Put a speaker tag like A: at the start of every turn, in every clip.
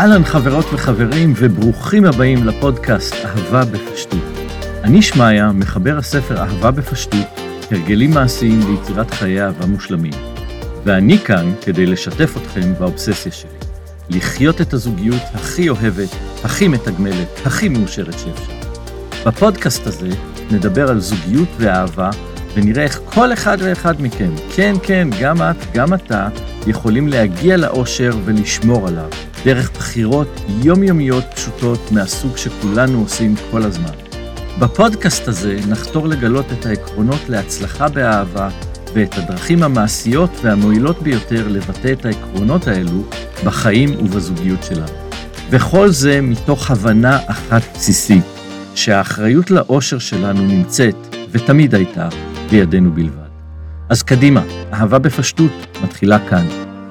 A: אהלן חברות וחברים וברוכים הבאים לפודקאסט אהבה בפשטות. אני שמעיה, מחבר הספר אהבה בפשטות, הרגלים מעשיים ליצירת חיי אהבה מושלמים. ואני כאן כדי לשתף אתכם באובססיה שלי. לחיות את הזוגיות הכי אוהבת, הכי מתגמלת, הכי מאושרת שאפשר. בפודקאסט הזה נדבר על זוגיות ואהבה, ונראה איך כל אחד ואחד מכם, כן, גם את, גם אתה, יכולים להגיע לאושר ולשמור עליו, דרך בחירות יומיומיות פשוטות מהסוג שכולנו עושים כל הזמן. בפודקאסט הזה נחתור לגלות את העקרונות להצלחה באהבה, ואת הדרכים המעשיות והמועילות ביותר לבטא את העקרונות האלו בחיים ובזוגיות שלנו. וכל זה מתוך הבנה אחת בסיסית, שהאחריות לאושר שלנו נמצאת, ותמיד הייתה, בידינו בלבד. אז קדימה, אהבה בפשטות מתחילה כאן.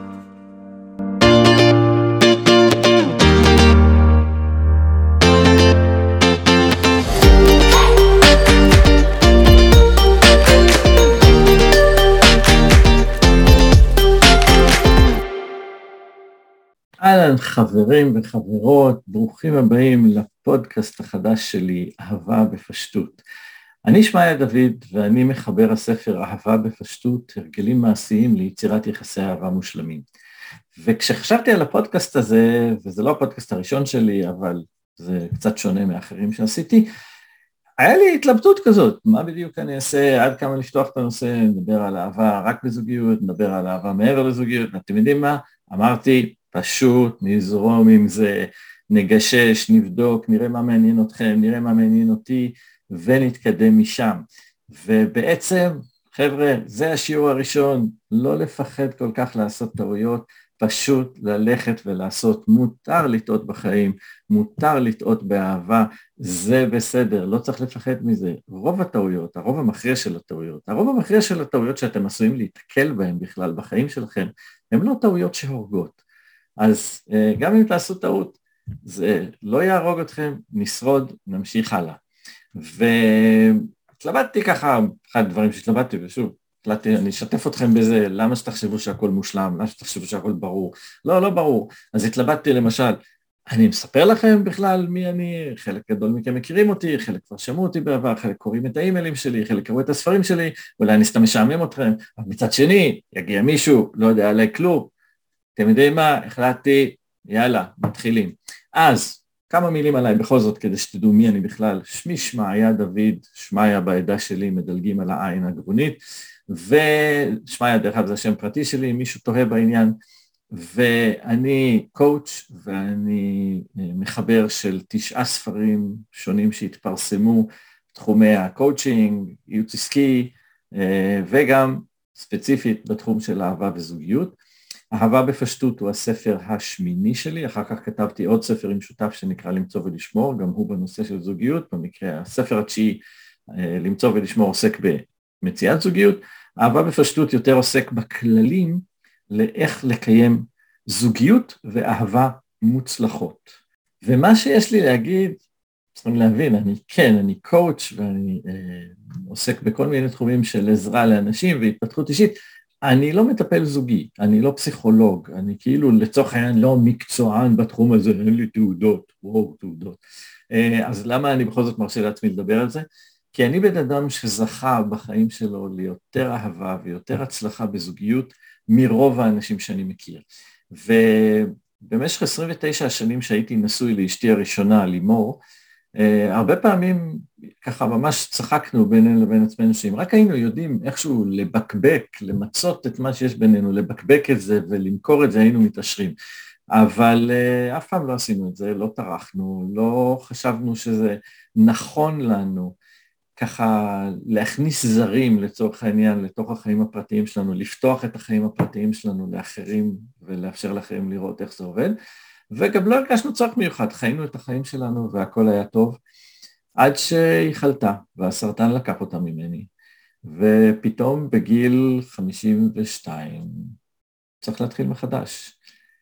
A: אהלן חברים וחברות, ברוכים הבאים לפודקאסט החדש שלי, אהבה בפשטות. אני שמעיה דוד ואני מחבר הספר אהבה בפשטות, הרגלים מעשיים ליצירת יחסי אהבה מושלמים. וכשחשבתי על הפודקאסט הזה, וזה לא הפודקאסט הראשון שלי, אבל זה קצת שונה מאחרים שעשיתי, היה לי התלבטות כזאת, מה בדיוק אני אעשה, עד כמה לפתוח את הנושא, נדבר על אהבה רק בזוגיות, נדבר על אהבה מעבר לזוגיות, אתם יודעים מה? אמרתי, פשוט נזרום עם זה, נגשש, נבדוק, נראה מה מעניין אתכם, נראה מה מעניין אותי, ונתקדם משם. ובעצם, חבר'ה, זה השיעור הראשון, לא לפחד כל כך לעשות טעויות, פשוט ללכת ולעשות, מותר לטעות בחיים, מותר לטעות באהבה, זה בסדר, לא צריך לפחד מזה. רוב הטעויות, הרוב המכריע של הטעויות שאתם עשויים להתקל בהם בכלל בחיים שלכם, הן לא טעויות שהורגות. אז גם אם תעשו טעות, זה לא יהרוג אתכם, נשרוד, נמשיך הלאה. והתלבטתי ככה, אחד הדברים שהתלבטתי, ושוב, אני אשתף אתכם בזה, למה שתחשבו שהכל מושלם, למה שתחשבו שהכל ברור, לא ברור. אז התלבטתי למשל, אני מספר לכם בכלל מי אני, חלק גדול מכם מכירים אותי, חלק כבר שמעו אותי בעבר, חלק קוראים את האימיילים שלי, חלק קראו את הספרים שלי, אולי אני סתם משעמם אתכם, אבל מצד שני, יגיע מישהו, לא יודע עליי כלום, אתם יודעים מה? החלטתי, יאללה, מתחילים. אז, כמה מילים עליי בכל זאת, כדי שתדעו מי אני בכלל. שמי שמעיה דוד, שמעיה בעדה שלי, מדלגים על העין הגרונית, ושמעיה דרך אגב זה השם פרטי שלי, מישהו תוהה בעניין, ואני קואוץ' ואני מחבר של 9 ספרים שונים שהתפרסמו, תחומי הקואוצ'ינג, ייעוץ עסקי, וגם ספציפית בתחום של אהבה וזוגיות. אהבה בפשטות הוא הספר השמיני שלי, אחר כך כתבתי עוד ספר עם שותף שנקרא למצוא ולשמור, גם הוא בנושא של זוגיות, במקרה הספר התשיעי למצוא ולשמור עוסק במציאת זוגיות, אהבה בפשטות יותר עוסק בכללים לאיך לקיים זוגיות ואהבה מוצלחות. ומה שיש לי להגיד, צריכים להבין, אני קואוץ' ואני עוסק בכל מיני תחומים של עזרה לאנשים והתפתחות אישית, אני לא מטפל זוגי, אני לא פסיכולוג, אני כאילו לצורך העניין לא מקצוען בתחום הזה, אין לי תעודות, תעודות. אז למה אני בכל זאת מרשה לעצמי לדבר על זה? כי אני בן אדם שזכה בחיים שלו ליותר אהבה ויותר הצלחה בזוגיות מרוב האנשים שאני מכיר. ובמשך 29 השנים שהייתי נשוי לאשתי הראשונה, לימור, הרבה פעמים ככה ממש צחקנו בינינו לבין עצמנו, שאם רק היינו יודעים איכשהו לבקבק, למצות את מה שיש בינינו, לבקבק את זה ולמכור את זה, היינו מתעשרים. אבל אף פעם לא עשינו את זה, לא טרחנו, לא חשבנו שזה נכון לנו, ככה להכניס זרים לצורך העניין, לתוך החיים הפרטיים שלנו, לפתוח את החיים הפרטיים שלנו לאחרים ולאפשר לאחרים לראות איך זה עובד. וגם לא הרגשנו צורך מיוחד, חיינו את החיים שלנו והכל היה טוב, עד שהיא חלתה והסרטן לקח אותה ממני, ופתאום בגיל 52 צריך להתחיל מחדש.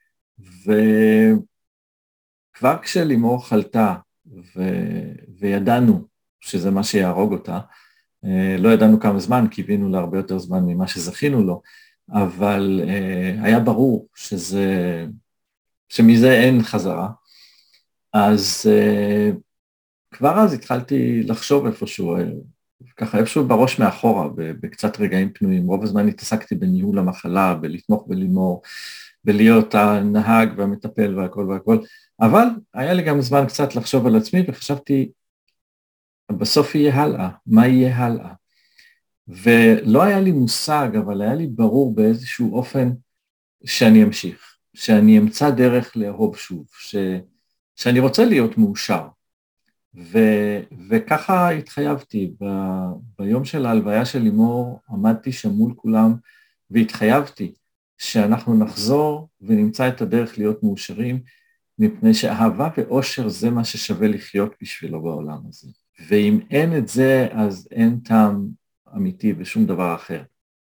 A: וכבר כשלימור חלתה וידענו שזה מה שיהרוג אותה, לא ידענו כמה זמן, קיווינו להרבה יותר זמן ממה שזכינו לו, אבל היה ברור שזה שמזה אין חזרה. אז כבר אז התחלתי לחשוב איפשהו, ככה איפשהו בראש מאחורה, בקצת רגעים פנויים. רוב הזמן התעסקתי בניהול המחלה, בלתמוך בלימור, בלהיות הנהג והמטפל והכל והכל, אבל היה לי גם זמן קצת לחשוב על עצמי, וחשבתי, בסוף יהיה הלאה, מה יהיה הלאה? ולא היה לי מושג, אבל היה לי ברור באיזשהו אופן שאני אמשיך, שאני אמצא דרך לאהוב שוב, שאני רוצה להיות מאושר. וככה התחייבתי, ביום של ההלוויה של לימור עמדתי שם מול כולם והתחייבתי שאנחנו נחזור ונמצא את הדרך להיות מאושרים, מפני שאהבה ואושר זה מה ששווה לחיות בשבילו בעולם הזה. ואם אין את זה, אז אין טעם אמיתי ושום דבר אחר.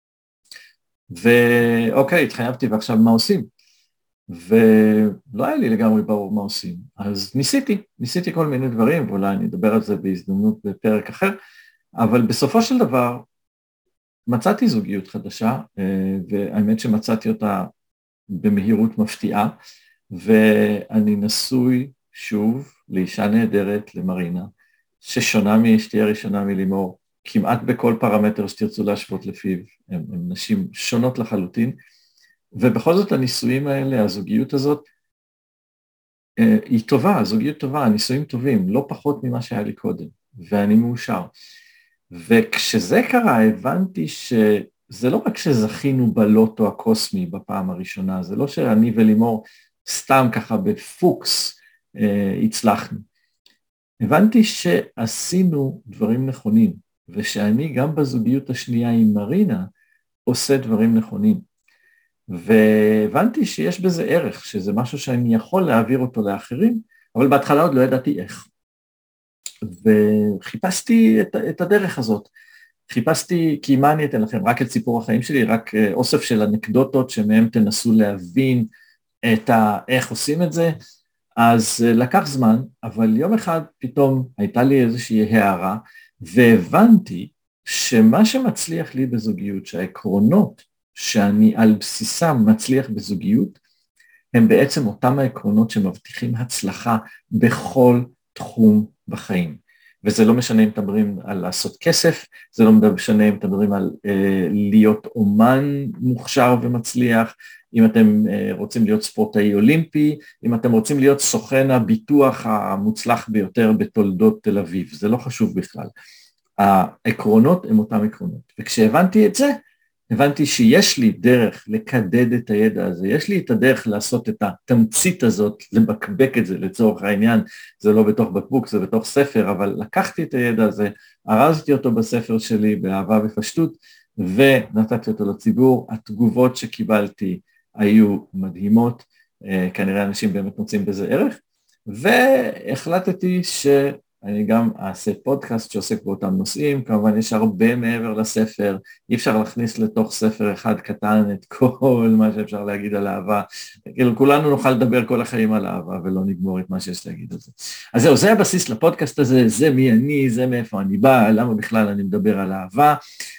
A: ואוקיי, התחייבתי ועכשיו מה עושים? ולא היה לי לגמרי ברור מה עושים. אז ניסיתי כל מיני דברים, ואולי אני אדבר על זה בהזדמנות בפרק אחר, אבל בסופו של דבר מצאתי זוגיות חדשה, והאמת שמצאתי אותה במהירות מפתיעה, ואני נשוי שוב לאישה נהדרת, למרינה, ששונה מאשתי הראשונה מלימור, כמעט בכל פרמטר שתרצו להשוות לפיו, הן נשים שונות לחלוטין, ובכל זאת הנישואים האלה, הזוגיות הזאת, היא טובה, הזוגיות טובה, הנישואים טובים, לא פחות ממה שהיה לי קודם, ואני מאושר. וכשזה קרה, הבנתי שזה לא רק שזכינו בלוטו הקוסמי בפעם הראשונה, זה לא שאני ולימור סתם ככה בפוקס הצלחנו. הבנתי שעשינו דברים נכונים, ושאני גם בזוגיות השנייה עם מרינה עושה דברים נכונים. והבנתי שיש בזה ערך, שזה משהו שאני יכול להעביר אותו לאחרים, אבל בהתחלה עוד לא ידעתי איך. וחיפשתי את הדרך הזאת. חיפשתי, כי מה אני אתן לכם? רק את סיפור החיים שלי, רק אוסף של אנקדוטות שמהם תנסו להבין איך עושים את זה. אז לקח זמן, אבל יום אחד פתאום הייתה לי איזושהי הערה, והבנתי שמה שמצליח לי בזוגיות, שהעקרונות שאני על בסיסם מצליח בזוגיות, הם בעצם אותם העקרונות שמבטיחים הצלחה בכל תחום בחיים. וזה לא משנה אם תדברים על לעשות כסף, זה לא משנה אם תדברים על להיות אומן מוכשר ומצליח, אם אתם רוצים להיות ספורטאי אולימפי, אם אתם רוצים להיות סוכן הביטוח המוצלח ביותר בתולדות תל אביב, זה לא חשוב בכלל. העקרונות הם אותם עקרונות, וכשהבנתי את זה, הבנתי שיש לי דרך לקדד את הידע הזה, יש לי את הדרך לעשות את התמצית הזאת, לבקבק את זה לצורך העניין, זה לא בתוך בקבוק, זה בתוך ספר, אבל לקחתי את הידע הזה, ארזתי אותו בספר שלי באהבה ופשטות, ונתתי אותו לציבור. התגובות שקיבלתי היו מדהימות, כנראה אנשים באמת מוצאים בזה ערך, והחלטתי אני גם אעשה פודקאסט שעוסק באותם נושאים, כמובן יש הרבה מעבר לספר, אי אפשר להכניס לתוך ספר אחד קטן את כל מה שאפשר להגיד על אהבה, כאילו כולנו נוכל לדבר כל החיים על אהבה ולא נגמור את מה שיש להגיד על זה. אז זהו, זה הבסיס לפודקאסט הזה, זה מי אני, זה מאיפה אני בא, למה בכלל אני מדבר על אהבה,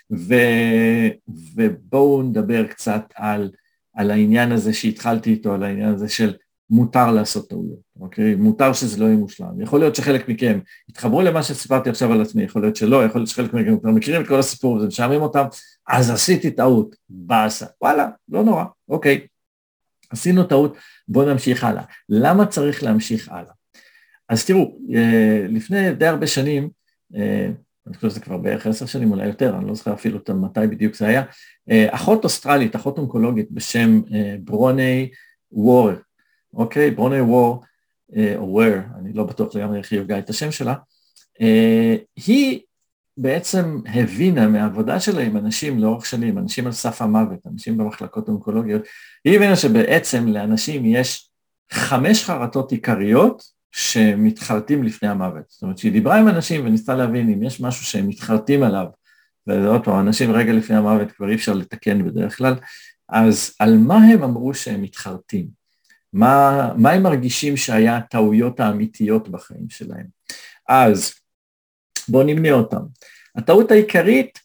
A: ובואו נדבר קצת על העניין הזה שהתחלתי איתו, על העניין הזה של מותר לעשות טעויות, אוקיי? מותר שזה לא יהיה מושלם. יכול להיות שחלק מכם התחברו למה שסיפרתי עכשיו על עצמי, יכול להיות שלא, יכול להיות שחלק מכם כבר מכירים את כל הסיפור וזה משעמם אותם, אז עשיתי טעות, באסה, וואלה, לא נורא, אוקיי. עשינו טעות, בואו נמשיך הלאה. למה צריך להמשיך הלאה? אז תראו, לפני די הרבה שנים, אני חושב שזה כבר בערך 10 שנים, אולי יותר, אני לא זוכר אפילו מתי בדיוק זה היה, אחות אוסטרלית, אחות אונקולוגית בשם ברוני וור, אוקיי, ברוני וור, או וור, אני לא בטוח לגמרי איך היא הוגה את השם שלה, היא בעצם הבינה מהעבודה שלה עם אנשים לאורך שנים, אנשים על סף המוות, אנשים במחלקות אונקולוגיות, היא הבינה שבעצם לאנשים יש 5 חרטות עיקריות שמתחרטים לפני המוות. זאת אומרת שהיא דיברה עם אנשים וניסתה להבין אם יש משהו שהם מתחרטים עליו, וזה עוד פעם, אנשים רגע לפני המוות כבר אי אפשר לתקן בדרך כלל, אז על מה הם אמרו שהם מתחרטים? מה הם מרגישים שהיה הטעויות האמיתיות בחיים שלהם? אז בואו נמנה אותם. הטעות העיקרית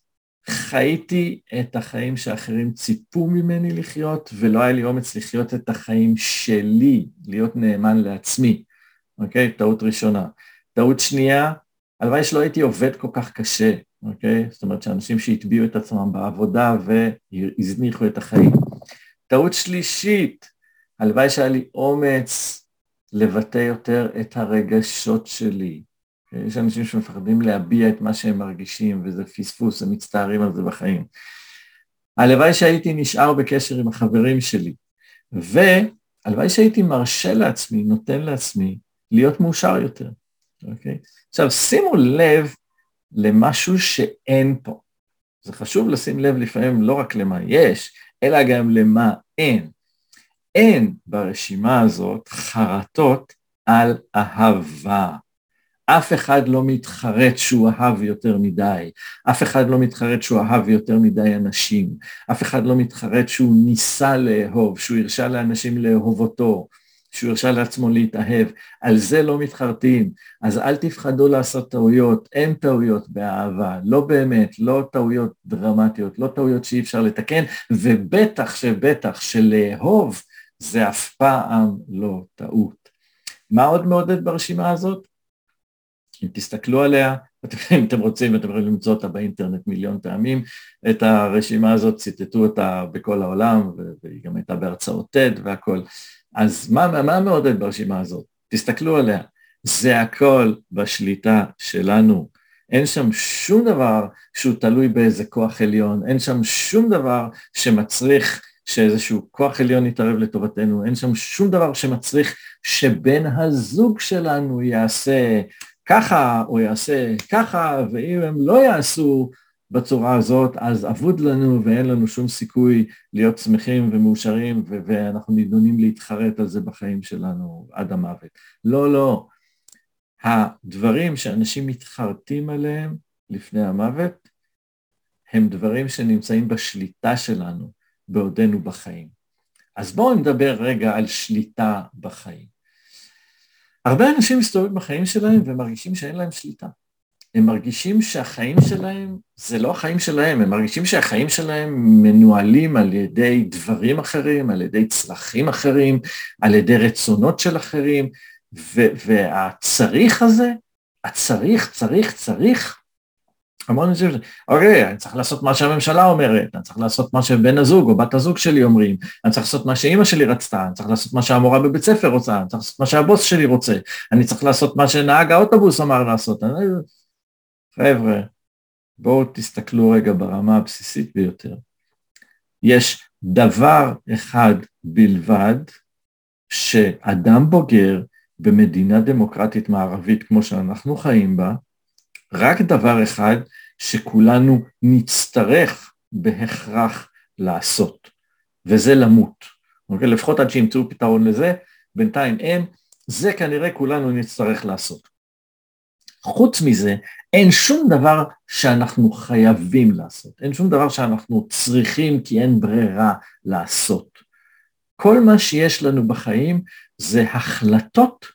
A: חייתי את החיים שאחרים ציפו ממני לחיות, ולא היה לי אומץ לחיות את החיים שלי, להיות נאמן לעצמי. אוקיי? טעות ראשונה. טעות שנייה, הלוואי שלא הייתי עובד כל כך קשה, אוקיי? זאת אומרת שאנשים שהטביעו את עצמם בעבודה והזניחו את החיים. טעות שלישית, הלוואי שהיה לי אומץ לבטא יותר את הרגשות שלי. יש אנשים שמפחדים להביע את מה שהם מרגישים, וזה פספוס, הם מצטערים על זה בחיים. הלוואי שהייתי נשאר בקשר עם החברים שלי, והלוואי שהייתי מרשה לעצמי, נותן לעצמי, להיות מאושר יותר. אוקיי? עכשיו, שימו לב למשהו שאין פה. זה חשוב לשים לב לפעמים לא רק למה יש, אלא גם למה אין. אין ברשימה הזאת חרטות על אהבה. אף אחד לא מתחרט שהוא אהב יותר מדי, אף אחד לא מתחרט שהוא אהב יותר מדי אנשים, אף אחד לא מתחרט שהוא ניסה לאהוב, שהוא הרשה לאנשים לאהוב אותו, שהוא הרשה לעצמו להתאהב, על זה לא מתחרטים. אז אל תפחדו לעשות טעויות, אין טעויות באהבה, לא באמת, לא טעויות דרמטיות, לא טעויות שאי אפשר לתקן, ובטח שלאהוב זה אף פעם לא טעות. מה עוד מעודד ברשימה הזאת? אם תסתכלו עליה, אם אתם רוצים, אתם יכולים למצוא אותה באינטרנט מיליון פעמים, את הרשימה הזאת ציטטו אותה בכל העולם, והיא גם הייתה בהרצאות TED והכל. אז מה מעודד ברשימה הזאת? תסתכלו עליה, זה הכל בשליטה שלנו. אין שם שום דבר שהוא תלוי באיזה כוח עליון, אין שם שום דבר שמצריך שאיזשהו כוח עליון יתערב לטובתנו, אין שם שום דבר שמצריך שבן הזוג שלנו יעשה ככה או יעשה ככה, ואם הם לא יעשו בצורה הזאת, אז אבוד לנו ואין לנו שום סיכוי להיות שמחים ומאושרים, ואנחנו נידונים להתחרט על זה בחיים שלנו עד המוות. לא. הדברים שאנשים מתחרטים עליהם לפני המוות, הם דברים שנמצאים בשליטה שלנו בעודנו בחיים. אז בואו נדבר רגע על שליטה בחיים. הרבה אנשים מסתובבים בחיים שלהם ומרגישים שאין להם שליטה. הם מרגישים שהחיים שלהם זה לא החיים שלהם, הם מרגישים שהחיים שלהם מנוהלים על ידי דברים אחרים, על ידי צרכים אחרים, על ידי רצונות של אחרים, והצריך הזה, צריך, המון אנשים, אוקיי, אני צריך לעשות מה שהממשלה אומרת, אני צריך לעשות מה שבן הזוג או בת הזוג שלי אומרים, אני צריך לעשות מה שאמא שלי רצתה, אני צריך לעשות מה שהמורה בבית ספר רוצה, אני צריך לעשות מה שהבוס שלי רוצה, אני צריך לעשות מה שנהג האוטובוס אמר לעשות. חבר'ה, בואו תסתכלו רגע ברמה הבסיסית ביותר. יש דבר אחד בלבד שאדם בוגר במדינה דמוקרטית מערבית כמו שאנחנו חיים בה, רק דבר אחד שכולנו נצטרך בהכרח לעשות, וזה למות. אוקיי? לפחות עד שימצאו פתרון לזה, בינתיים אין, זה כנראה כולנו נצטרך לעשות. חוץ מזה, אין שום דבר שאנחנו חייבים לעשות, אין שום דבר שאנחנו צריכים כי אין ברירה לעשות. כל מה שיש לנו בחיים זה החלטות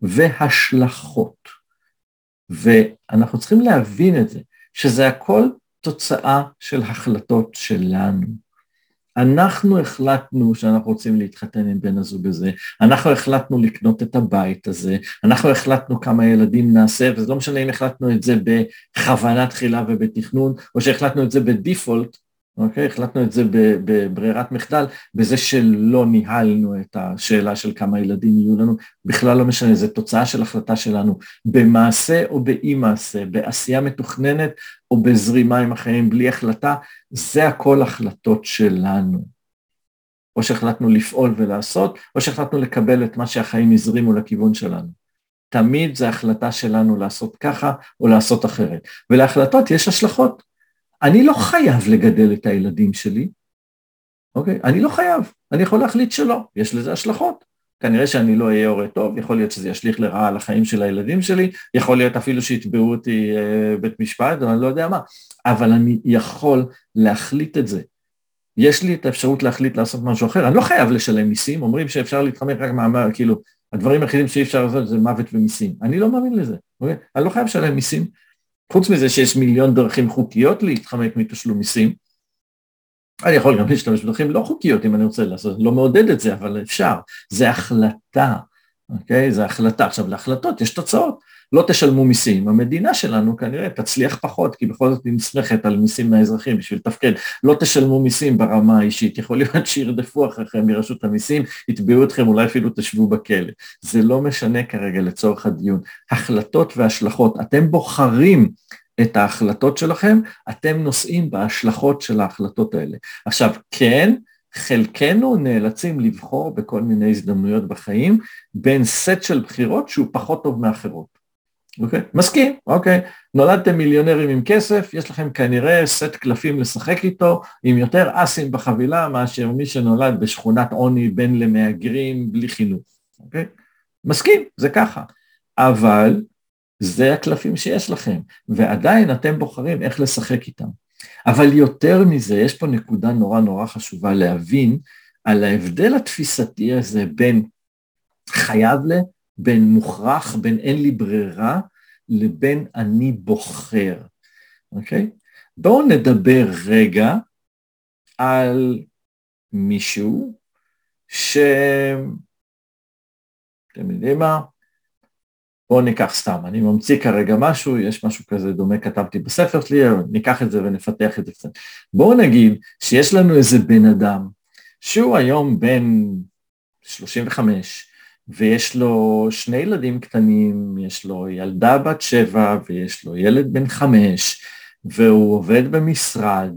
A: והשלכות. ואנחנו צריכים להבין את זה, שזה הכל תוצאה של החלטות שלנו. אנחנו החלטנו שאנחנו רוצים להתחתן עם בן הזוג הזה, אנחנו החלטנו לקנות את הבית הזה, אנחנו החלטנו כמה ילדים נעשה, וזה לא משנה אם החלטנו את זה בכוונה תחילה ובתכנון, או שהחלטנו את זה בדיפולט, אוקיי? החלטנו את זה בברירת מחדל, בזה שלא ניהלנו את השאלה של כמה ילדים יהיו לנו, בכלל לא משנה, זה תוצאה של החלטה שלנו, במעשה או באי מעשה, בעשייה מתוכננת או בזרימה עם החיים בלי החלטה, זה הכל החלטות שלנו. או שהחלטנו לפעול ולעשות, או שהחלטנו לקבל את מה שהחיים הזרימו לכיוון שלנו. תמיד זה החלטה שלנו לעשות ככה או לעשות אחרת, ולהחלטות יש השלכות. אני לא חייב לגדל את הילדים שלי, אוקיי? אני לא חייב, אני יכול להחליט שלא, יש לזה השלכות. כנראה שאני לא אהיה הורה טוב, יכול להיות שזה ישליך לרעה על החיים של הילדים שלי, יכול להיות אפילו שיתבעו אותי בית משפט, אני לא יודע מה, אבל אני יכול להחליט את זה. יש לי את האפשרות להחליט לעשות משהו אחר, אני לא חייב לשלם מיסים, אומרים שאפשר להתחמק רק כאילו, הדברים היחידים שאי אפשר לעשות זה מוות ומיסים. אני לא מאמין לזה, אוקיי? אני לא חייב לשלם מיסים, חוץ מזה שיש מיליון דרכים חוקיות להתחמק מתשלום מיסים, אני יכול גם להשתמש בדרכים לא חוקיות אם אני רוצה לעשות, לא מעודד את זה, אבל אפשר. זה החלטה, אוקיי? זה החלטה. עכשיו, להחלטות יש תוצאות. לא תשלמו מיסים. המדינה שלנו כנראה תצליח פחות, כי בכל זאת היא נסמכת על מיסים מהאזרחים בשביל תפקד. לא תשלמו מיסים ברמה האישית. יכול להיות שירדפו אחריכם מרשות המיסים, יתבעו אתכם, אולי אפילו תשבו בכלא. זה לא משנה כרגע לצורך הדיון. החלטות והשלכות. אתם בוחרים את ההחלטות שלכם, אתם נושאים בהשלכות של ההחלטות האלה. עכשיו, כן, חלקנו נאלצים לבחור בכל מיני הזדמנויות בחיים, בין סט של בחירות שהוא פחות טוב מאחרות. אוקיי? מסכים, אוקיי. נולדתם מיליונרים עם כסף, יש לכם כנראה סט קלפים לשחק איתו, עם יותר אסים בחבילה, מאשר מי שנולד בשכונת עוני בין למהגרים בלי חינוך. אוקיי? מסכים, זה ככה. אבל זה הקלפים שיש לכם, ועדיין אתם בוחרים איך לשחק איתם. אבל יותר מזה, יש פה נקודה נורא נורא חשובה להבין, על ההבדל התפיסתי הזה בין חייב בין מוכרח, בין אין לי ברירה, לבין אני בוחר. אוקיי? בואו נדבר רגע על מישהו אתם יודעים מה? בואו ניקח סתם, אני ממציא כרגע משהו, יש משהו כזה דומה, כתבתי בספר שלי, ניקח את זה ונפתח את זה קצת. בואו נגיד שיש לנו איזה בן אדם, שהוא היום בן 35, ויש לו 2 ילדים קטנים, יש לו ילדה בת 7, ויש לו ילד בן 5, והוא עובד במשרד,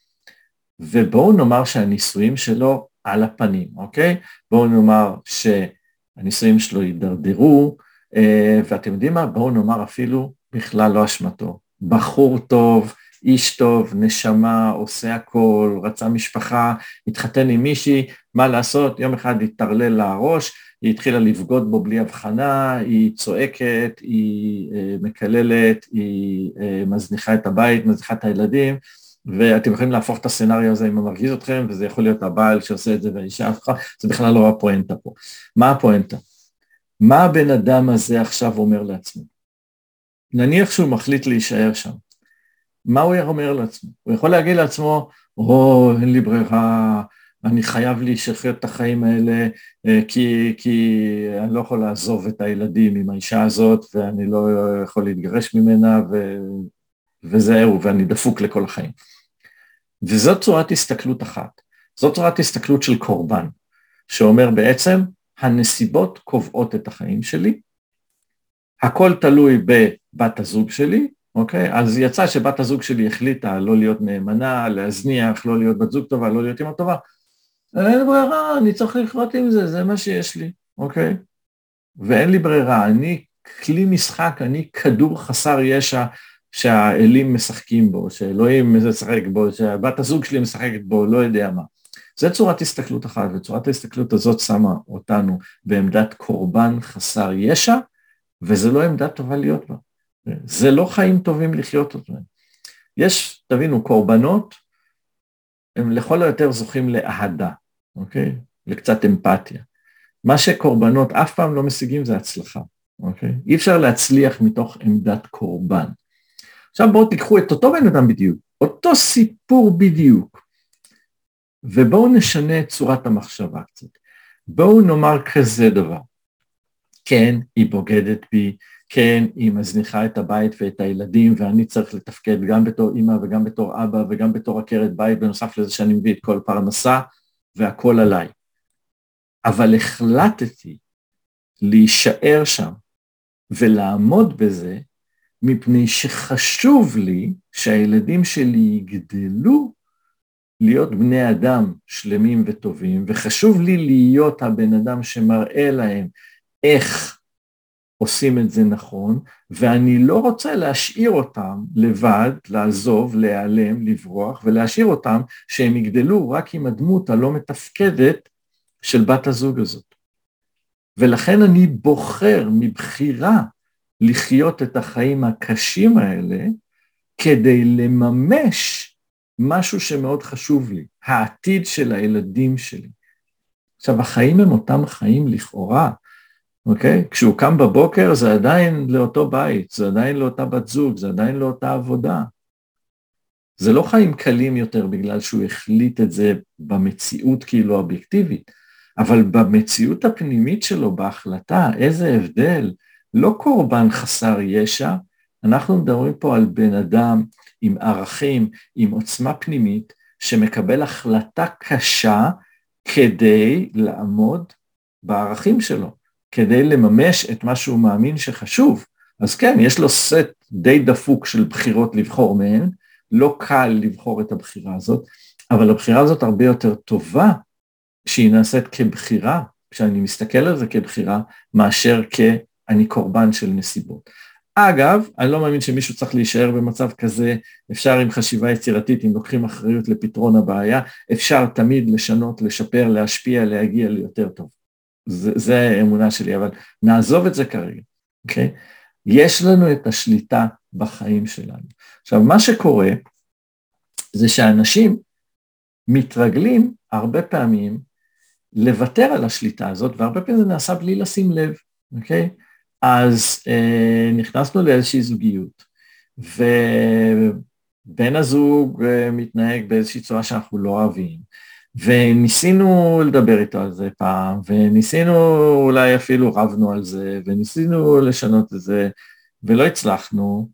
A: ובואו נאמר שהניסויים שלו על הפנים, אוקיי? בואו נאמר שהניסויים שלו יידרדרו, ואתם יודעים מה? בואו נאמר אפילו בכלל לא אשמתו. בחור טוב, איש טוב, נשמה, עושה הכל, רצה משפחה, התחתן עם מישהי, מה לעשות? יום אחד התערלל לה הראש, היא התחילה לבגוד בו בלי הבחנה, היא צועקת, היא מקללת, היא מזניחה את הבית, מזניחה את הילדים, ואתם יכולים להפוך את הסצנריו הזה אם הוא מרגיז אתכם, וזה יכול להיות הבעל שעושה את זה והאישה הפכה, זה בכלל לא הפואנטה פה. מה הפואנטה? מה הבן אדם הזה עכשיו אומר לעצמו? נניח שהוא מחליט להישאר שם. מה הוא אומר לעצמו? הוא יכול להגיד לעצמו, אין לי ברירה, אני חייב להישחרר את החיים האלה, כי אני לא יכול לעזוב את הילדים עם האישה הזאת, ואני לא יכול להתגרש ממנה, וזהו, ואני דפוק לכל החיים. וזאת צורת הסתכלות אחת. זאת צורת הסתכלות של קורבן, שאומר בעצם, הנסיבות קובעות את החיים שלי, הכל תלוי בבת הזוג שלי, אוקיי? אז יצא שבת הזוג שלי החליטה לא להיות נאמנה, להזניח, לא להיות בת זוג טובה, לא להיות אמא טובה. אין ברירה, אני צריך לחיות עם זה, זה מה שיש לי, אוקיי? ואין לי ברירה, אני כלי משחק, אני כדור חסר ישע שהאלים משחקים בו, שאלוהים משחק בו, שהבת הזוג שלי משחקת בו, לא יודע מה. זה צורת הסתכלות אחת, וצורת ההסתכלות הזאת שמה אותנו בעמדת קורבן חסר ישע, וזה לא עמדה טובה להיות בה. זה לא חיים טובים לחיות אותם. יש, תבינו, קורבנות, הם לכל היותר זוכים לאהדה, אוקיי? לקצת אמפתיה. מה שקורבנות אף פעם לא משיגים זה הצלחה, אוקיי? אי אפשר להצליח מתוך עמדת קורבן. עכשיו בואו תיקחו את אותו בן אדם בדיוק, אותו סיפור בדיוק, ובואו נשנה את צורת המחשבה קצת. בואו נאמר כזה דבר, כן, היא בוגדת בי, כן, היא מזניחה את הבית ואת הילדים, ואני צריך לתפקד גם בתור אמא וגם בתור אבא וגם בתור עקרת בית, בנוסף לזה שאני מביא את כל פרנסה והכל עליי. אבל החלטתי להישאר שם ולעמוד בזה, מפני שחשוב לי שהילדים שלי יגדלו להיות בני אדם שלמים וטובים, וחשוב לי להיות הבן אדם שמראה להם איך עושים את זה נכון, ואני לא רוצה להשאיר אותם לבד, לעזוב, להיעלם, לברוח, ולהשאיר אותם שהם יגדלו רק עם הדמות הלא מתפקדת של בת הזוג הזאת. ולכן אני בוחר מבחירה לחיות את החיים הקשים האלה, כדי לממש משהו שמאוד חשוב לי, העתיד של הילדים שלי. עכשיו, החיים הם אותם חיים לכאורה, אוקיי? כשהוא קם בבוקר זה עדיין לאותו בית, זה עדיין לאותה בת זוג, זה עדיין לאותה עבודה. זה לא חיים קלים יותר בגלל שהוא החליט את זה במציאות כאילו אובייקטיבית, אבל במציאות הפנימית שלו, בהחלטה, איזה הבדל, לא קורבן חסר ישע, אנחנו מדברים פה על בן אדם עם ערכים, עם עוצמה פנימית, שמקבל החלטה קשה כדי לעמוד בערכים שלו, כדי לממש את מה שהוא מאמין שחשוב. אז כן, יש לו סט די דפוק של בחירות לבחור מהן, לא קל לבחור את הבחירה הזאת, אבל הבחירה הזאת הרבה יותר טובה שהיא נעשית כבחירה, כשאני מסתכל על זה כבחירה, מאשר כאני קורבן של נסיבות. אגב, אני לא מאמין שמישהו צריך להישאר במצב כזה, אפשר עם חשיבה יצירתית, אם לוקחים אחריות לפתרון הבעיה, אפשר תמיד לשנות, לשפר, להשפיע, להגיע ליותר טוב. זה האמונה שלי, אבל נעזוב את זה כרגע, אוקיי? יש לנו את השליטה בחיים שלנו. עכשיו, מה שקורה זה שאנשים מתרגלים הרבה פעמים לוותר על השליטה הזאת, והרבה פעמים זה נעשה בלי לשים לב, אוקיי? אז נכנסנו לאיזושהי זוגיות, ובן הזוג מתנהג באיזושהי צורה שאנחנו לא אוהבים, וניסינו לדבר איתו על זה פעם, וניסינו, אולי אפילו רבנו על זה, וניסינו לשנות את זה, ולא הצלחנו,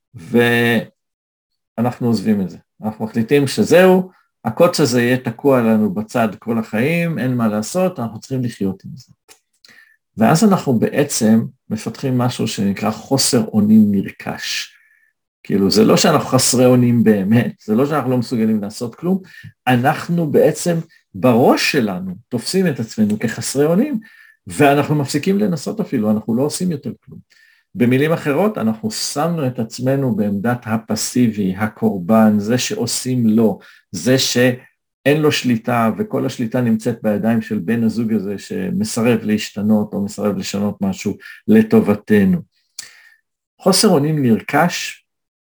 A: ואנחנו עוזבים את זה. אנחנו מחליטים שזהו, הקוץ הזה יהיה תקוע לנו בצד כל החיים, אין מה לעשות, אנחנו צריכים לחיות עם זה. ואז אנחנו בעצם מפתחים משהו שנקרא חוסר אונים נרכש. כאילו, זה לא שאנחנו חסרי אונים באמת, זה לא שאנחנו לא מסוגלים לעשות כלום, אנחנו בעצם בראש שלנו תופסים את עצמנו כחסרי אונים, ואנחנו מפסיקים לנסות אפילו, אנחנו לא עושים יותר כלום. במילים אחרות, אנחנו שמנו את עצמנו בעמדת הפסיבי, הקורבן, זה שעושים לו, זה שאין לו שליטה, וכל השליטה נמצאת בידיים של בן הזוג הזה, שמסרב להשתנות או מסרב לשנות משהו לטובתנו. חוסר אונים נרכש,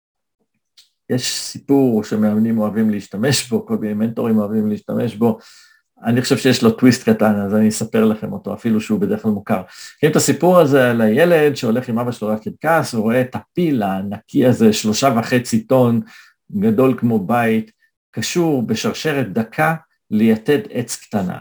A: יש סיפור שמאמנים אוהבים להשתמש בו, כל מיני מנטורים אוהבים להשתמש בו, אני חושב שיש לו טוויסט קטן, אז אני אספר לכם אותו, אפילו שהוא בדרך כלל מוכר. מכירים את הסיפור הזה על הילד שהולך עם אבא שלו לקרקס, ורואה את הפיל הענקי הזה, 3.5 טון, גדול כמו בית, קשור בשרשרת דקה ליתד עץ קטנה.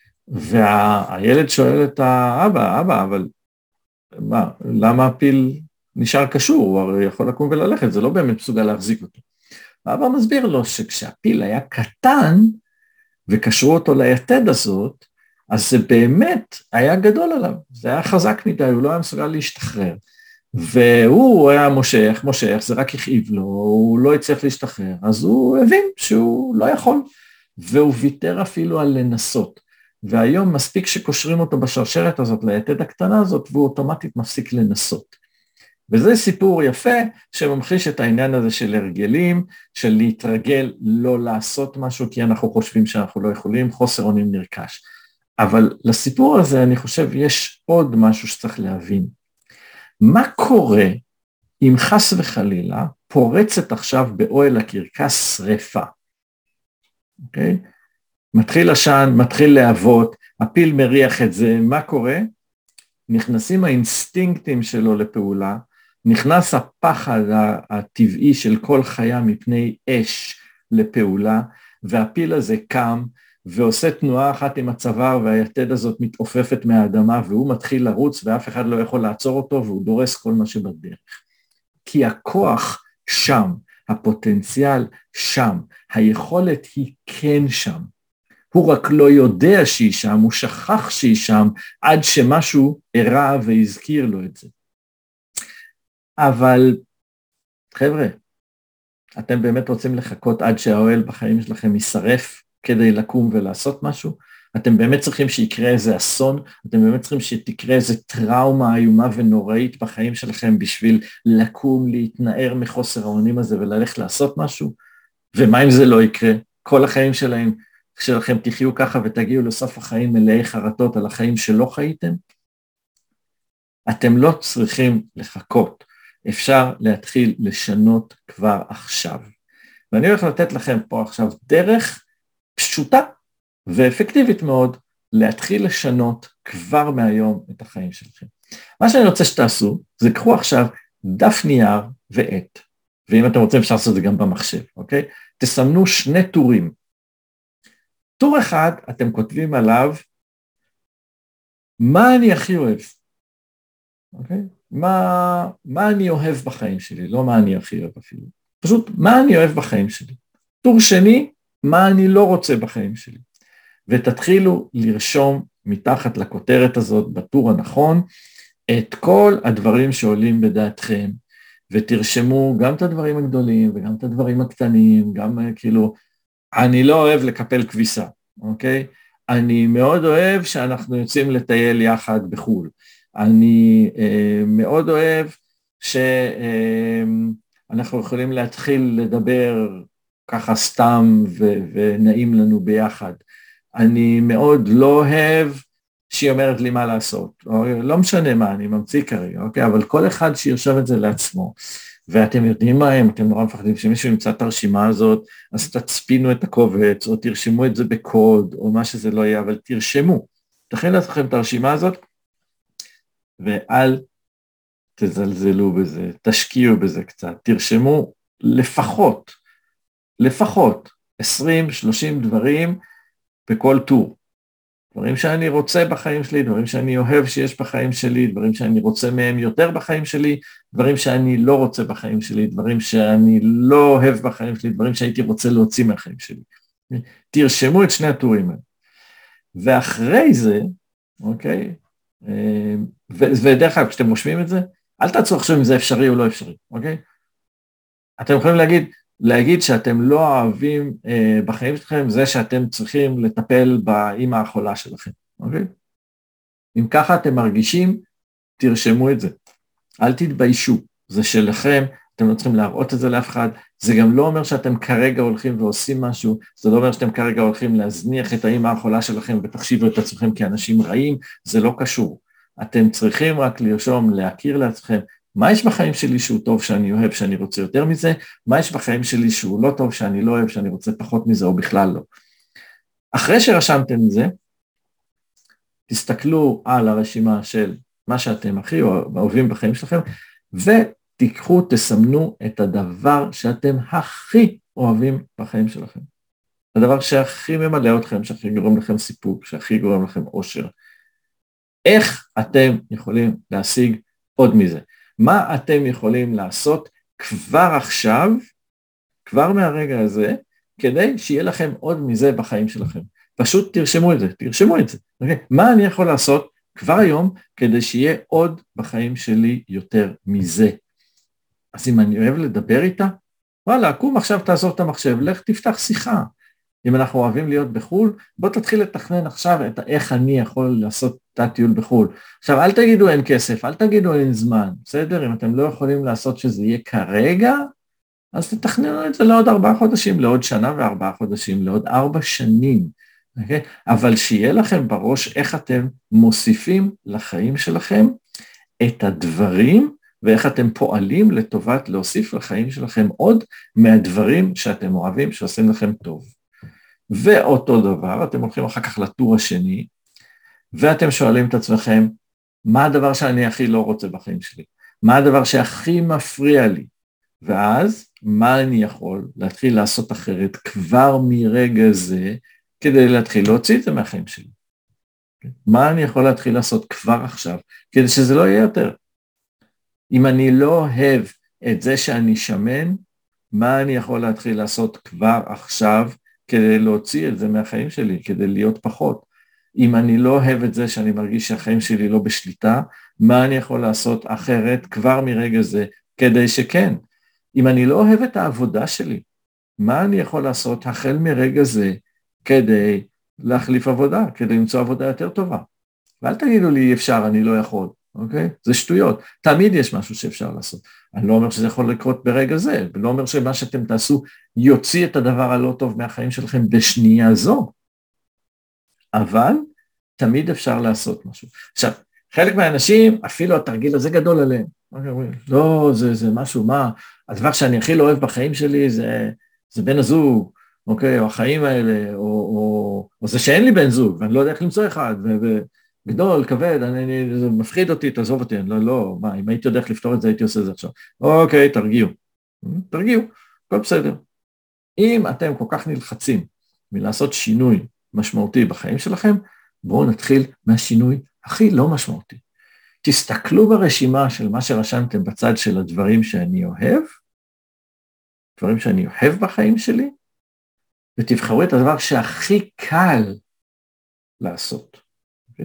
A: והילד שואל את האבא, אבל מה, למה הפיל נשאר קשור? הוא הרי יכול לקום וללכת, זה לא באמת מסוגל להחזיק אותו. האבא מסביר לו שכשהפיל היה קטן, וקשרו אותו ליתד הזאת, אז זה באמת היה גדול עליו, זה היה חזק מדי, הוא לא היה מסוגל להשתחרר, והוא היה מושך, זה רק הכאיב לו, הוא לא הצליח להשתחרר, אז הוא הבין שהוא לא יכול, והוא ויתר אפילו על לנסות, והיום מספיק שקושרים אותו בשרשרת הזאת, ליתד הקטנה הזאת, והוא אוטומטית מפסיק לנסות. וזה סיפור יפה שממחיש את העניין הזה של הרגלים, של להתרגל לא לעשות משהו, כי אנחנו חושבים שאנחנו לא יכולים, חוסר אונים נרכש. אבל לסיפור הזה אני חושב יש עוד משהו שצריך להבין. מה קורה אם חס וחלילה פורצת עכשיו באוהל הקרקס שריפה? אוקיי? מתחיל עשן, מתחיל להבות, הפיל מריח את זה, מה קורה? נכנסים האינסטינקטים שלו לפעולה, נכנס הפחד הטבעי של כל חיה מפני אש לפעולה, והפיל הזה קם ועושה תנועה אחת עם הצוואר, והיתד הזאת מתעופפת מהאדמה, והוא מתחיל לרוץ ואף אחד לא יכול לעצור אותו, והוא דורס כל מה שבדרך. כי הכוח שם, הפוטנציאל שם, היכולת היא כן שם. הוא רק לא יודע שהיא שם, הוא שכח שהיא שם, עד שמשהו הראה והזכיר לו את זה. אבל חבר'ה, אתם באמת רוצים לחכות עד שהאוהל בחיים שלכם יישרף כדי לקום ולעשות משהו? אתם באמת צריכים שיקרה איזה אסון? אתם באמת צריכים שתקרה איזה טראומה איומה ונוראית בחיים שלכם בשביל לקום, להתנער מחוסר האונים הזה וללכת לעשות משהו? ומה אם זה לא יקרה? כל החיים שלכם תחיו ככה ותגיעו לסוף החיים מלאי חרטות על החיים שלא חייתם? אתם לא צריכים לחכות. אפשר להתחיל לשנות כבר עכשיו. ואני הולך לתת לכם פה עכשיו דרך פשוטה ואפקטיבית מאוד להתחיל לשנות כבר מהיום את החיים שלכם. מה שאני רוצה שתעשו, זה קחו עכשיו דף נייר ועט, ואם אתם רוצים אפשר לעשות את זה גם במחשב, אוקיי? תסמנו 2 טורים. טור אחד, אתם כותבים עליו, מה אני הכי אוהב, אוקיי? מה אני אוהב בחיים שלי, לא מה אני הכי אוהב אפילו. פשוט, מה אני אוהב בחיים שלי. טור שני, מה אני לא רוצה בחיים שלי. ותתחילו לרשום מתחת לכותרת הזאת, בטור הנכון, את כל הדברים שעולים בדעתכם, ותרשמו גם את הדברים הגדולים, וגם את הדברים הקטנים, גם כאילו, אני לא אוהב לקפל כביסה, אוקיי? אני מאוד אוהב שאנחנו יוצאים לטייל יחד בחול. אני מאוד אוהב שאנחנו יכולים להתחיל לדבר ככה סתם ונעים לנו ביחד. אני מאוד לא אוהב שהיא אומרת לי מה לעשות, או לא משנה מה, אני ממציא כרגע, אוקיי? אבל כל אחד שירשום את זה לעצמו, ואתם יודעים מה הם, אתם נורא מפחדים שמישהו ימצא את הרשימה הזאת, אז תצפינו את הקובץ, או תרשמו את זה בקוד, או מה שזה לא יהיה, אבל תרשמו, תכין לעצמכם את הרשימה הזאת, ואל תזלזלו בזה, תשקיעו בזה קצת, תרשמו לפחות 20-30 דברים בכל טור. דברים שאני רוצה בחיים שלי, דברים שאני אוהב שיש בחיים שלי, דברים שאני רוצה מהם יותר בחיים שלי, דברים שאני לא רוצה בחיים שלי, דברים שאני לא אוהב בחיים שלי, דברים שהייתי רוצה להוציא מהחיים שלי. תרשמו את 2 הטורים האלה. ואחרי זה, אוקיי, ודרך אגב, כשאתם רושמים את זה, אל תעצרו עכשיו אם זה אפשרי או לא אפשרי, אוקיי? אתם יכולים להגיד שאתם לא אוהבים בחיים שלכם, זה שאתם צריכים לטפל באמא החולה שלכם, אוקיי? אם ככה אתם מרגישים, תרשמו את זה. אל תתביישו, זה שלכם, אתם לא צריכים להראות את זה לאף אחד, זה גם לא אומר שאתם כרגע הולכים ועושים משהו, זה לא אומר שאתם כרגע הולכים להזניח את האמא החולה שלכם ותחשיבו את עצמכם כאנשים רעים, זה לא קשור. אתם צריכים רק לרשום, להכיר לעצמכם, מה יש בחיים שלי שהוא טוב שאני אוהב, שאני רוצה יותר מזה, מה יש בחיים שלי שהוא לא טוב, שאני לא אוהב, שאני רוצה פחות מזה או בכלל לא. אחרי שרשמתם את זה, תסתכלו על הרשימה של מה שאתם הכי אוהבים בחיים שלכם, ותיקחו, תסמנו את הדבר שאתם הכי אוהבים בחיים שלכם. הדבר שהכי ממלא אתכם, שהכי גורם לכם סיפוק, שהכי גורם לכם אושר. איך אתם יכולים להשיג עוד מזה? מה אתם יכולים לעשות כבר עכשיו, כבר מהרגע הזה, כדי שיהיה לכם עוד מזה בחיים שלכם? פשוט תרשמו את זה, Okay? מה אני יכול לעשות כבר היום, כדי שיהיה עוד בחיים שלי יותר מזה? אז אם אני אוהב לדבר איתה, וואלה, קום עכשיו תעזור את המחשב, לך תפתח שיחה. אם אנחנו אוהבים להיות בחול, בוא תתחיל לתכנן עכשיו את איך אני יכול לעשות את הטיול בחול. עכשיו, אל תגידו אין כסף, אל תגידו אין זמן, בסדר? אם אתם לא יכולים לעשות שזה יהיה כרגע, אז תתכננו את זה לעוד 4 חודשים, לעוד שנה ו4 חודשים, לעוד 4 שנים, okay? אבל שיהיה לכם בראש איך אתם מוסיפים לחיים שלכם את הדברים, ואיך אתם פועלים לטובת להוסיף לחיים שלכם עוד מהדברים שאתם אוהבים, שעושים לכם טוב. ואותו דבר, אתם הולכים אחר כך לטור השני, ואתם שואלים את עצמכם, מה הדבר שאני הכי לא רוצה בחיים שלי? מה הדבר שהכי מפריע לי? ואז, מה אני יכול להתחיל לעשות אחרת כבר מרגע זה, כדי להתחיל להוציא את זה מהחיים שלי? מה אני יכול להתחיל לעשות כבר עכשיו, כדי שזה לא יהיה יותר? אם אני לא אוהב את זה שאני שמן, מה אני יכול להתחיל לעשות כבר עכשיו, כדי להוציא את זה מהחיים שלי, כדי להיות פחות? אם אני לא אוהב את זה שאני מרגיש שהחיים שלי לא בשליטה, מה אני יכול לעשות אחרת כבר מרגע זה, כדי שכן? אם אני לא אוהב את העבודה שלי, מה אני יכול לעשות החל מרגע זה, כדי להחליף עבודה, כדי למצוא עבודה יותר טובה? ואל תגידו לי אפשר, אני לא יכול, אוקיי? זה שטויות. תמיד יש משהו שאפשר לעשות. אני לא אומר שזה יכול לקרות ברגע זה, ולא אומר שמה שאתם תעשו יוציא את הדבר הלא טוב מהחיים שלכם בשנייה זו, אבל תמיד אפשר לעשות משהו. עכשיו, חלק מהאנשים, אפילו התרגיל הזה גדול עליהם. לא, זה משהו, מה? הדבר שאני הכי לא אוהב בחיים שלי זה בן הזוג, אוקיי, או החיים האלה, או זה שאין לי בן זוג, ואני לא יודע איך למצוא אחד, וגדול, כבד, זה מפחיד אותי, תעזוב אותי, לא, מה, אם הייתי יודע איך לפתור את זה, הייתי עושה את זה עכשיו. אוקיי, תרגיעו, הכל בסדר. אם אתם כל כך נלחצים מלעשות שינוי משמעותי בחיים שלכם, בואו נתחיל מהשינוי הכי לא משמעותי. תסתכלו ברשימה של מה שרשמתם בצד של הדברים שאני אוהב, דברים שאני אוהב בחיים שלי, ותבחרו את הדבר שהכי קל לעשות. Okay?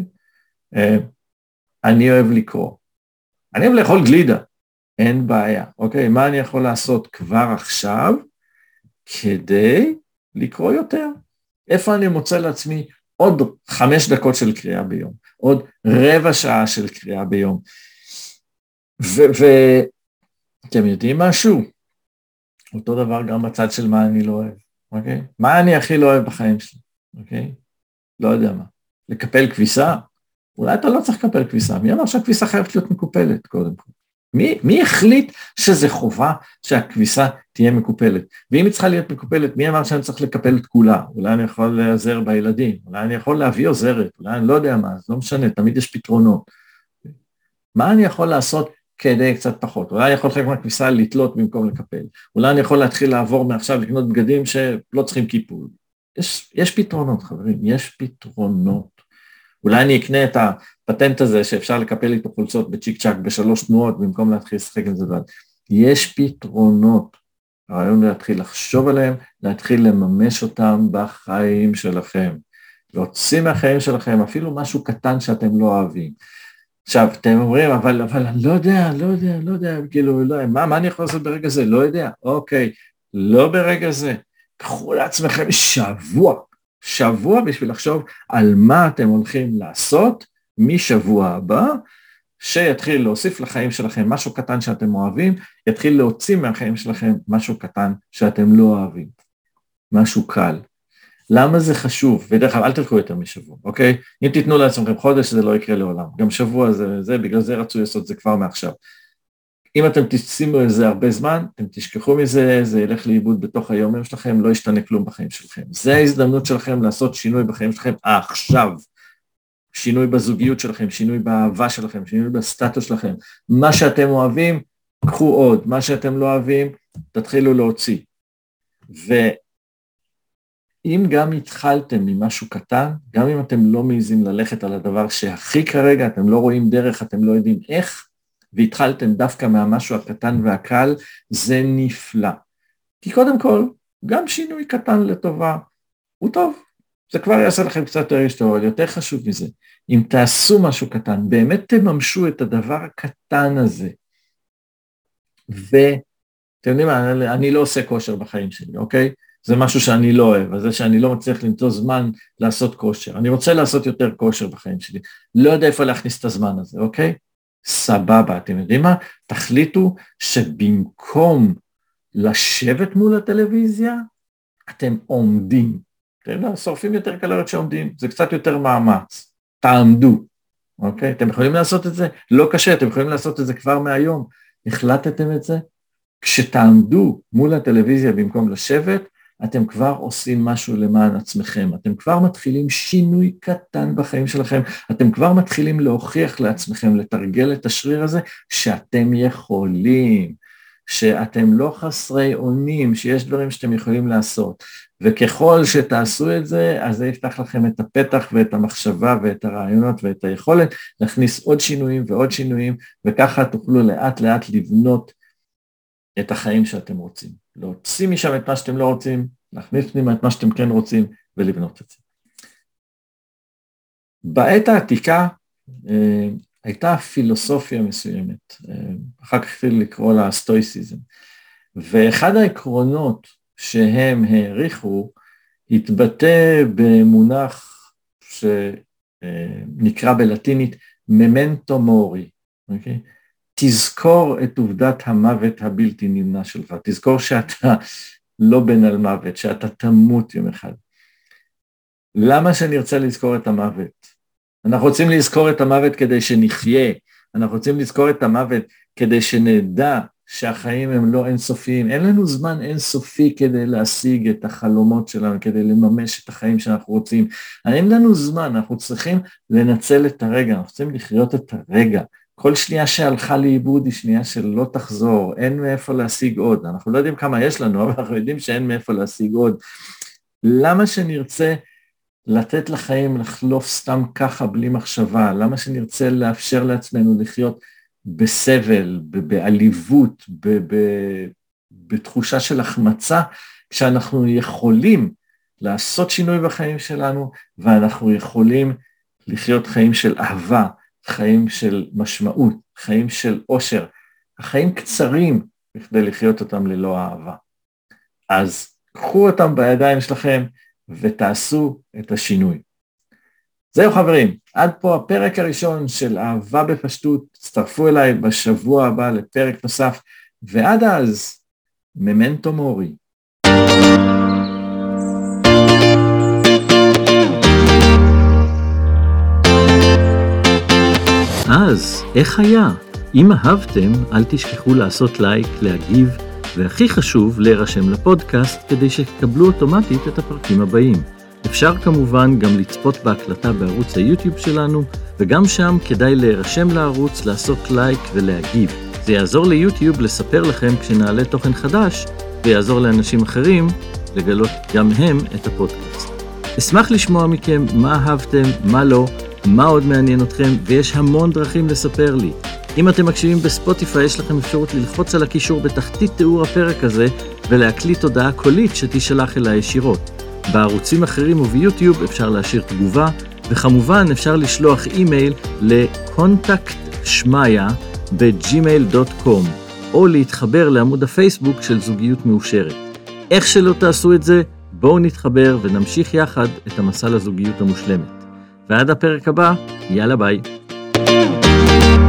A: אני אוהב לקרוא. אני אוהב לאכול גלידה, אין בעיה. אוקיי, מה אני יכול לעשות כבר עכשיו כדי לקרוא יותר? איפה אני מוצא לעצמי עוד 5 דקות של קריאה ביום, עוד רבע שעה של קריאה ביום. ואתם יודעים משהו? אותו דבר גם בצד של מה אני לא אוהב. אוקיי? מה אני הכי לא אוהב בחיים שלי? אוקיי? לא יודע מה. לקפל כביסה? אולי אתה לא צריך לקפל כביסה. מי אמר שהכביסה חייבת להיות מקופלת קודם כל? מי החליט שזה חובה שהכביסה תהיה מקופלת? ואם היא צריכה להיות מקופלת, מי אמר שאני צריך לקפל את כולה? אולי אני יכול לעזר בילדים, אולי אני יכול להביא עוזרת, אולי אני לא יודע מה, אז לא משנה, תמיד יש פתרונות. מה אני יכול לעשות כדי קצת פחות? אולי אני יכול חלק מהכביסה לתלות במקום לקפל. אולי אני יכול להתחיל לעבור מעכשיו לקנות בגדים שלא צריכים קיפול. יש פתרונות, חברים, יש פתרונות. אולי אני אקנה את הפטנט הזה שאפשר לקפל איתו חולצות בצ'יק צ'אק ב3 תנועות במקום להתחיל לשחק עם זה לבד. יש פתרונות. הרעיון להתחיל לחשוב עליהם, להתחיל לממש אותם בחיים שלכם. להוציא מהחיים שלכם אפילו משהו קטן שאתם לא אוהבים. עכשיו, אתם אומרים, אבל אני לא יודע, כאילו, מה אני יכול לעשות ברגע זה? לא יודע. אוקיי, לא ברגע זה. קחו לעצמכם שבוע בשביל לחשוב על מה אתם הולכים לעשות משבוע הבא, שיתחיל להוסיף לחיים שלכם משהו קטן שאתם אוהבים, יתחיל להוציא מהחיים שלכם משהו קטן שאתם לא אוהבים. משהו קל. למה זה חשוב? ודרך כלל, אל תלכו יותר משבוע, אוקיי? אם תיתנו לעצמכם חודש, זה לא יקרה לעולם. גם שבוע זה, בגלל זה רצו לעשות זה כבר מעכשיו. אם אתם תשימו את זה הרבה זמן, אתם תשכחו מזה, זה ילך לאיבוד בתוך היומים שלכם, לא ישתנה כלום בחיים שלכם. זה ההזדמנות שלכם לעשות שינוי בחיים שלכם עכשיו. שינוי בזוגיות שלכם, שינוי באהבה שלכם, שינוי בסטטוס שלכם. מה שאתם אוהבים, קחו עוד. מה שאתם לא אוהבים, תתחילו להוציא. אם גם התחלתם ממשהו קטן, גם אם אתם לא מעיזים ללכת על הדבר שהכי כרגע, אתם לא רואים דרך, אתם לא יודעים איך, והתחלתם דווקא מהמשהו הקטן והקל, זה נפלא. כי קודם כל, גם שינוי קטן לטובה, הוא טוב. זה כבר יעשה לכם קצת יותר טוב, אבל יותר חשוב מזה. אם תעשו משהו קטן, באמת תממשו את הדבר הקטן הזה. ואתם יודעים מה, אני לא עושה כושר בחיים שלי, אוקיי? זה משהו שאני לא אוהב, אז זה שאני לא מצליח למצוא זמן לעשות כושר. אני רוצה לעשות יותר כושר בחיים שלי. לא יודע איפה להכניס את הזמן הזה, אוקיי? סבבה, אתם יודעים מה? תחליטו שבמקום לשבת מול הטלוויזיה, אתם עומדים. שורפים יותר קלוריות שעומדים, זה קצת יותר מאמץ. תעמדו, אוקיי? אתם יכולים לעשות את זה? לא קשה, אתם יכולים לעשות את זה כבר מהיום. החלטתם את זה? כשתעמדו מול הטלוויזיה במקום לשבת, אתם כבר עושים משהו למען עצמכם, אתם כבר מתחילים שינוי קטן בחיים שלכם, אתם כבר מתחילים להוכיח לעצמכם, לתרגל את השריר הזה, שאתם יכולים, שאתם לא חסרי אונים, שיש דברים שאתם יכולים לעשות, וככל שתעשו את זה, אז זה יפתח לכם את הפתח ואת המחשבה ואת הרעיונות ואת היכולת, להכניס עוד שינויים ועוד שינויים, וככה תוכלו לאט לאט לבנות את החיים שאתם רוצים. להוציא משם את מה שאתם לא רוצים, להכניס פנימה את מה שאתם כן רוצים, ולבנות את זה. בעת העתיקה הייתה פילוסופיה מסוימת, אחר כך התחיל לקרוא לה סטואיסיזם, ואחד העקרונות שהם העריכו, התבטא במונח שנקרא בלטינית ממנטו מורי, אוקיי? תזכור את עובדת המוות הבלתי נמנע שלך, תזכור שאתה לא בן על מוות, שאתה תמות יום אחד. למה שנרצה לזכור את המוות? אנחנו רוצים לזכור את המוות כדי שנחיה, אנחנו רוצים לזכור את המוות כדי שנדע שהחיים הם לא אינסופיים, אין לנו זמן אינסופי כדי להשיג את החלומות שלנו, כדי לממש את החיים שאנחנו רוצים, אין לנו זמן, אנחנו צריכים לנצל את הרגע, אנחנו צריכים לחיות את הרגע, כל שנייה שהלכה לאיבוד היא שנייה שלא תחזור, אין מאיפה להשיג עוד, אנחנו לא יודעים כמה יש לנו, אבל אנחנו יודעים שאין מאיפה להשיג עוד, למה שנרצה לתת לחיים לחלוף סתם ככה בלי מחשבה, למה שנרצה לאפשר לעצמנו לחיות בסבל, בעליבות, בתחושה של החמצה, כשאנחנו יכולים לעשות שינוי בחיים שלנו, ואנחנו יכולים לחיות חיים של אהבה, חיים של משמעות, חיים של אושר, החיים קצרים בכדי לחיות אותם ללא אהבה. אז קחו אותם בידיים שלכם ותעשו את השינוי. זהו חברים, עד פה הפרק הראשון של אהבה בפשטות, תצטרפו אליי בשבוע הבא לפרק נוסף, ועד אז, ממנטו מורי.
B: אז, איך היה? אם אהבתם, אל תשכחו לעשות לייק, להגיב, והכי חשוב, להירשם לפודקאסט כדי שתקבלו אוטומטית את הפרקים הבאים. אפשר כמובן גם לצפות בהקלטה בערוץ היוטיוב שלנו, וגם שם כדאי להירשם לערוץ, לעשות לייק ולהגיב. זה יעזור ליוטיוב לספר לכם כשנעלה תוכן חדש, ויעזור לאנשים אחרים לגלות גם הם את הפודקאסט. אשמח לשמוע מכם מה אהבתם, מה לא, מה עוד מעניין אתכם, ויש המון דרכים לספר לי. אם אתם מקשיבים בספוטיפיי, יש לכם אפשרות ללחוץ על הקישור בתחתית תיאור הפרק הזה, ולהקליט הודעה קולית שתשלח אליי ישירות. בערוצים אחרים וביוטיוב אפשר להשאיר תגובה, וכמובן אפשר לשלוח אימייל ל-contactshmaya@gmail.com, או להתחבר לעמוד הפייסבוק של זוגיות מאושרת. איך שלא תעשו את זה, בואו נתחבר ונמשיך יחד את המסע לזוגיות המושלמת. ועד הפרק הבא, יאללה ביי.